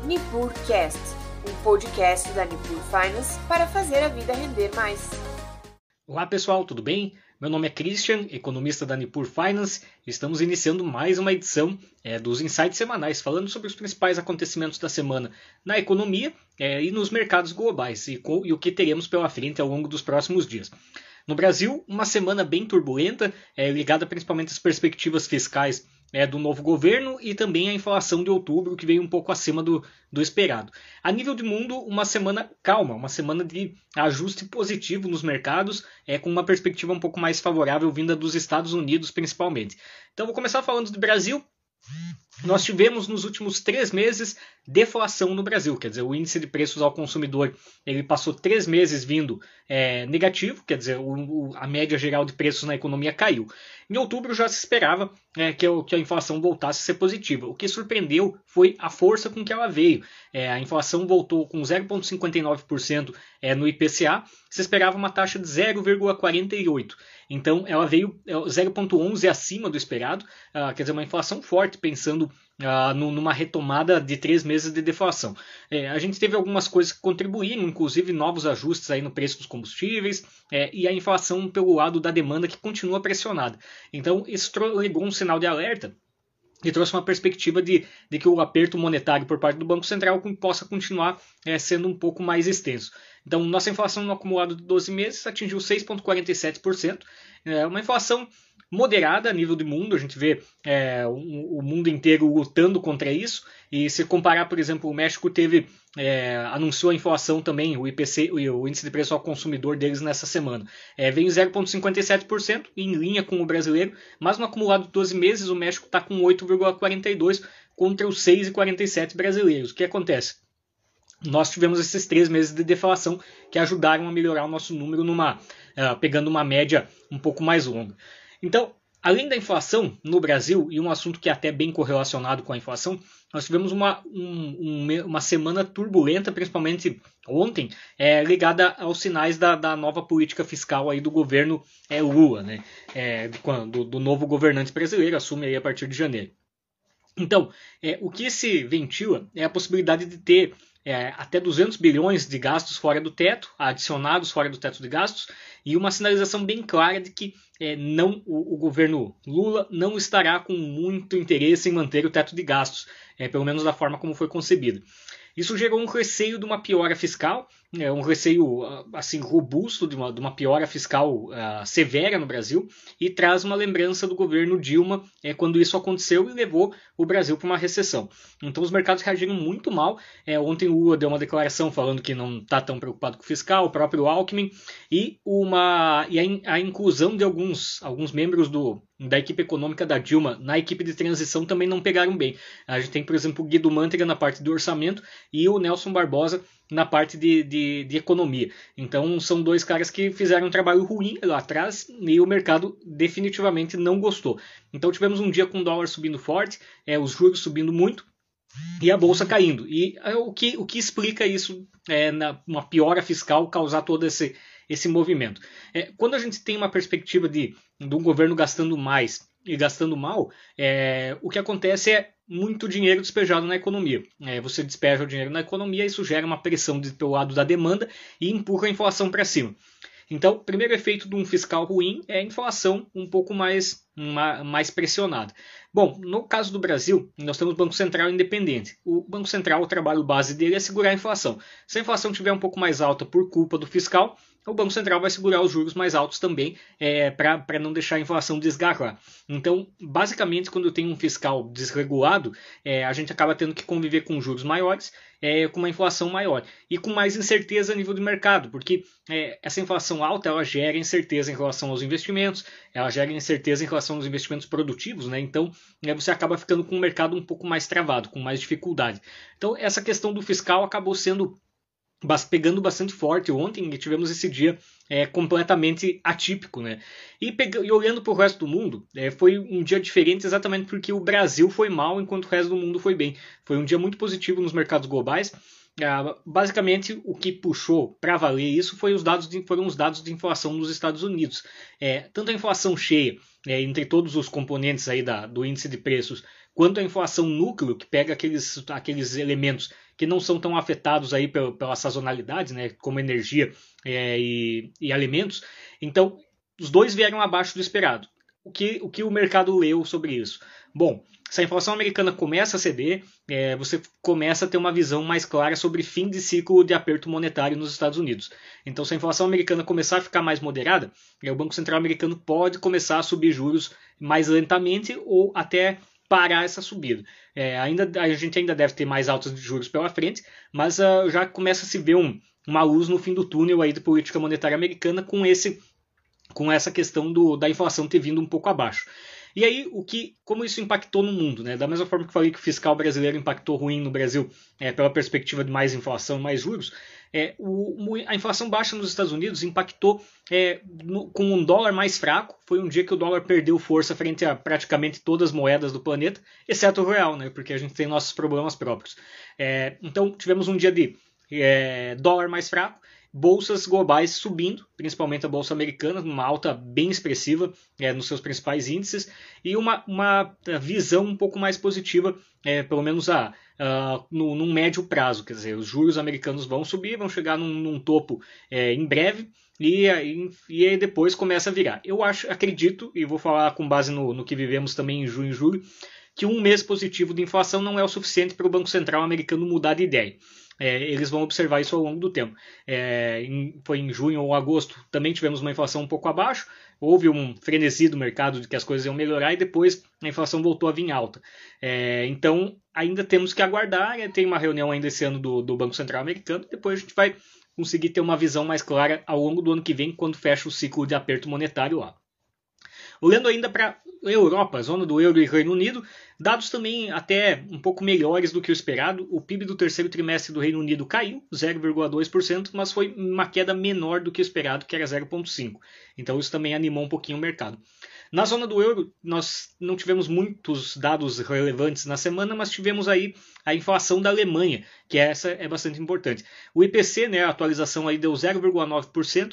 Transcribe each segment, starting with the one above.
NipurCast, um podcast da Nipur Finance para fazer a vida render mais. Olá pessoal, tudo bem? Meu nome é Christian, economista da Nipur Finance. Estamos iniciando mais uma edição dos Insights Semanais, falando sobre os principais acontecimentos da semana na economia e nos mercados globais e o que teremos pela frente ao longo dos próximos dias. No Brasil, uma semana bem turbulenta, ligada principalmente às perspectivas fiscais do novo governo e também a inflação de outubro, que veio um pouco acima do esperado. A nível de mundo, uma semana calma, uma semana de ajuste positivo nos mercados, com uma perspectiva um pouco mais favorável vinda dos Estados Unidos principalmente. Então vou começar falando do Brasil. Nós tivemos nos últimos 3 meses deflação no Brasil, quer dizer, o índice de preços ao consumidor ele passou 3 meses vindo negativo, quer dizer, a média geral de preços na economia caiu. Em outubro já se esperava que a inflação voltasse a ser positiva. O que surpreendeu foi a força com que ela veio. A inflação voltou com 0,59% no IPCA, se esperava uma taxa de 0,48%. Então ela veio 0,11% acima do esperado, quer dizer, uma inflação forte, pensando numa retomada de 3 meses de deflação. A gente teve algumas coisas que contribuíram, inclusive novos ajustes aí no preço dos combustíveis e a inflação pelo lado da demanda que continua pressionada. Então isso ligou um sinal de alerta e trouxe uma perspectiva de que o aperto monetário por parte do Banco Central possa continuar sendo um pouco mais extenso. Então, nossa inflação no acumulado de 12 meses atingiu 6,47%, uma inflação moderada a nível do mundo. A gente vê o mundo inteiro lutando contra isso, e se comparar, por exemplo, o México anunciou a inflação também, o IPC, o índice de preço ao consumidor deles nessa semana. Veio 0,57%, em linha com o brasileiro, mas no acumulado de 12 meses o México está com 8,42% contra os 6,47% brasileiros. O que acontece? Nós tivemos esses 3 meses de deflação que ajudaram a melhorar o nosso número pegando uma média um pouco mais longa. Então, além da inflação no Brasil, e um assunto que é até bem correlacionado com a inflação, nós tivemos uma semana turbulenta, principalmente ontem, ligada aos sinais da nova política fiscal aí do governo Lula, né? Do novo governante brasileiro, assume aí a partir de janeiro. Então, o que se ventila é a possibilidade de ter até 200 bilhões de gastos fora do teto, adicionados fora do teto de gastos, e uma sinalização bem clara de que o governo Lula não estará com muito interesse em manter o teto de gastos, pelo menos da forma como foi concebido. Isso gerou um receio de uma piora fiscal, um receio assim, robusto de uma piora fiscal severa no Brasil, e traz uma lembrança do governo Dilma quando isso aconteceu e levou o Brasil para uma recessão. Então os mercados reagiram muito mal. Ontem o Lula deu uma declaração falando que não está tão preocupado com o fiscal, o próprio Alckmin, e a inclusão de alguns membros da equipe econômica da Dilma na equipe de transição também não pegaram bem. A gente tem, por exemplo, o Guido Mantega na parte do orçamento e o Nelson Barbosa na parte de economia. Então são 2 caras que fizeram um trabalho ruim lá atrás e o mercado definitivamente não gostou. Então tivemos um dia com o dólar subindo forte, os juros subindo muito e a bolsa caindo. E o que explica isso, uma piora fiscal causar todo esse movimento? Quando a gente tem uma perspectiva de um governo gastando mais e gastando mal, o que acontece é muito dinheiro despejado na economia. Você despeja o dinheiro na economia, isso gera uma pressão pelo lado da demanda e empurra a inflação para cima. Então, o primeiro efeito de um fiscal ruim é a inflação um pouco mais pressionada. Bom, no caso do Brasil, nós temos o Banco Central independente. O Banco Central, o trabalho base dele é segurar a inflação. Se a inflação estiver um pouco mais alta por culpa do fiscal, o Banco Central vai segurar os juros mais altos também para não deixar a inflação desgarrar. Então, basicamente, quando tem um fiscal desregulado, a gente acaba tendo que conviver com juros maiores, com uma inflação maior e com mais incerteza a nível de mercado, porque essa inflação alta ela gera incerteza em relação aos investimentos, ela gera incerteza em relação aos investimentos produtivos, né? Então você acaba ficando com um mercado um pouco mais travado, com mais dificuldade. Então essa questão do fiscal acabou pegando bastante forte ontem, e tivemos esse dia completamente atípico, né? E olhando para o resto do mundo, foi um dia diferente exatamente porque o Brasil foi mal enquanto o resto do mundo foi bem. Foi um dia muito positivo nos mercados globais. basicamente o que puxou para valer isso foram os dados de inflação nos Estados Unidos. Tanto a inflação cheia, entre todos os componentes aí do índice de preços, quanto a inflação núcleo, que pega aqueles elementos que não são tão afetados aí pela sazonalidade, né, como energia e alimentos. Então, os dois vieram abaixo do esperado. O que o mercado leu sobre isso? Bom, se a inflação americana começa a ceder, você começa a ter uma visão mais clara sobre fim de ciclo de aperto monetário nos Estados Unidos. Então, se a inflação americana começar a ficar mais moderada, o Banco Central americano pode começar a subir juros mais lentamente ou até parar essa subida. A gente ainda deve ter mais altas de juros pela frente, mas já começa a se ver uma luz no fim do túnel aí da política monetária americana com essa questão da inflação ter vindo um pouco abaixo. E aí, como isso impactou no mundo, né? Da mesma forma que eu falei que o fiscal brasileiro impactou ruim no Brasil pela perspectiva de mais inflação, mais juros, a inflação baixa nos Estados Unidos impactou com um dólar mais fraco. Foi um dia que o dólar perdeu força frente a praticamente todas as moedas do planeta, exceto o real, né? Porque a gente tem nossos problemas próprios. Então, tivemos um dia de dólar mais fraco, bolsas globais subindo, principalmente a bolsa americana, uma alta bem expressiva nos seus principais índices, e uma visão um pouco mais positiva, pelo menos num médio prazo. Quer dizer, os juros americanos vão subir, vão chegar num topo em breve, e aí depois começa a virar. Eu acredito, e vou falar com base no que vivemos também em junho e julho, que um mês positivo de inflação não é o suficiente para o Banco Central americano mudar de ideia. Eles vão observar isso ao longo do tempo. Foi em junho ou agosto, também tivemos uma inflação um pouco abaixo, houve um frenesi do mercado de que as coisas iam melhorar e depois a inflação voltou a vir alta. Então, ainda temos que aguardar, tem uma reunião ainda esse ano do Banco Central americano, e depois a gente vai conseguir ter uma visão mais clara ao longo do ano que vem, quando fecha o ciclo de aperto monetário lá. Olhando ainda para a Europa, zona do euro e Reino Unido, dados também até um pouco melhores do que o esperado. O PIB do terceiro trimestre do Reino Unido caiu 0,2%, mas foi uma queda menor do que o esperado, que era 0,5%. Então isso também animou um pouquinho o mercado. Na zona do euro, nós não tivemos muitos dados relevantes na semana, mas tivemos aí a inflação da Alemanha, que essa é bastante importante. O IPC, né, a atualização aí deu 0,9%,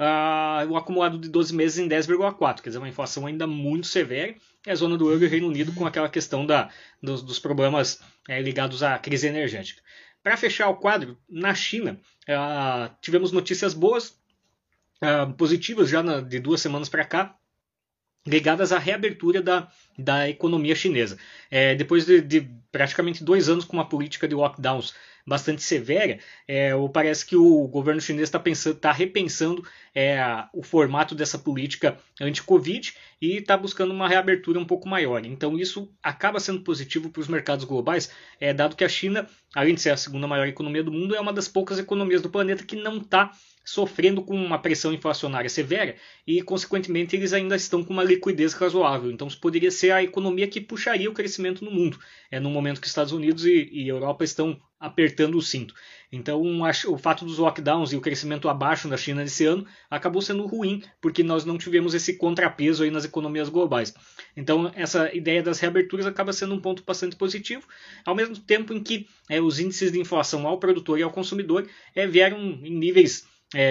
o acumulado de 12 meses em 10,4%, quer dizer, uma inflação ainda muito severa. É a zona do euro e Reino Unido com aquela questão dos problemas ligados à crise energética. Para fechar o quadro, na China, tivemos notícias boas, positivas já de 2 semanas para cá, ligadas à reabertura da economia chinesa. Depois de praticamente 2 anos com uma política de lockdowns bastante severa, parece que o governo chinês está repensando o formato dessa política anti-Covid e está buscando uma reabertura um pouco maior. Então isso acaba sendo positivo para os mercados globais, dado que a China, além de ser a segunda maior economia do mundo, é uma das poucas economias do planeta que não está sofrendo com uma pressão inflacionária severa e, consequentemente, eles ainda estão com uma liquidez razoável. Então, isso poderia ser a economia que puxaria o crescimento no mundo, no momento que Estados Unidos e Europa estão apertando o cinto. Então, o fato dos lockdowns e o crescimento abaixo da China nesse ano acabou sendo ruim, porque nós não tivemos esse contrapeso aí nas economias globais. Então, essa ideia das reaberturas acaba sendo um ponto bastante positivo, ao mesmo tempo em que os índices de inflação ao produtor e ao consumidor vieram em níveis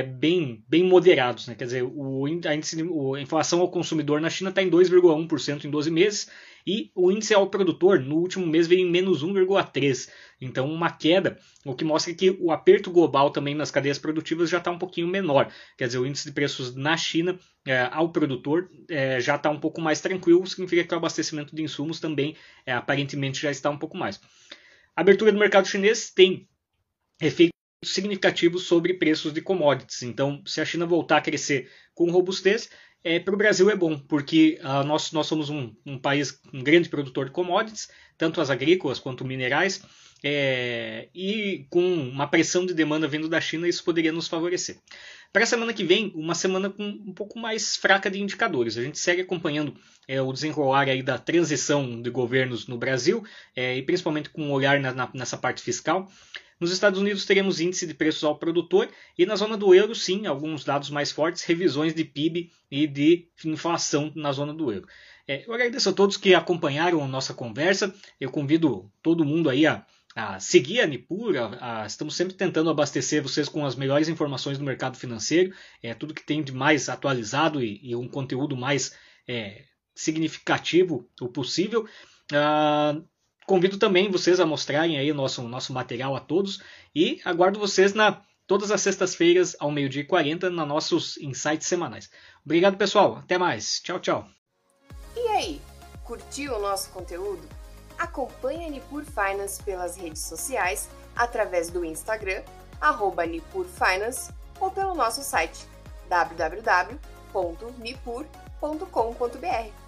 bem moderados, né? Quer dizer, a inflação ao consumidor na China está em 2,1% em 12 meses e o índice ao produtor no último mês veio em menos 1,3%. Então, uma queda, o que mostra que o aperto global também nas cadeias produtivas já está um pouquinho menor. Quer dizer, o índice de preços na China ao produtor já está um pouco mais tranquilo, significa que o abastecimento de insumos também aparentemente já está um pouco mais. A abertura do mercado chinês tem efeito significativos sobre preços de commodities. Então, se a China voltar a crescer com robustez, para o Brasil é bom, porque nós somos um país, um grande produtor de commodities, tanto as agrícolas quanto minerais, e com uma pressão de demanda vindo da China, isso poderia nos favorecer. Para a semana que vem, uma semana com um pouco mais fraca de indicadores. A gente segue acompanhando o desenrolar aí da transição de governos no Brasil, e principalmente com um olhar nessa parte fiscal. Nos Estados Unidos teremos índice de preços ao produtor e na zona do euro, sim, alguns dados mais fortes, revisões de PIB e de inflação na zona do euro. Eu agradeço a todos que acompanharam a nossa conversa. Eu convido todo mundo aí a seguir a Nipur. Estamos sempre tentando abastecer vocês com as melhores informações do mercado financeiro, tudo que tem de mais atualizado e um conteúdo mais significativo o possível. Convido também vocês a mostrarem aí o nosso material a todos e aguardo vocês todas as sextas-feiras ao 12h40 nos nossos insights semanais. Obrigado, pessoal. Até mais. Tchau, tchau. E aí, curtiu o nosso conteúdo? Acompanhe a Nipur Finance pelas redes sociais, através do Instagram, @NipurFinance, ou pelo nosso site www.nipur.com.br.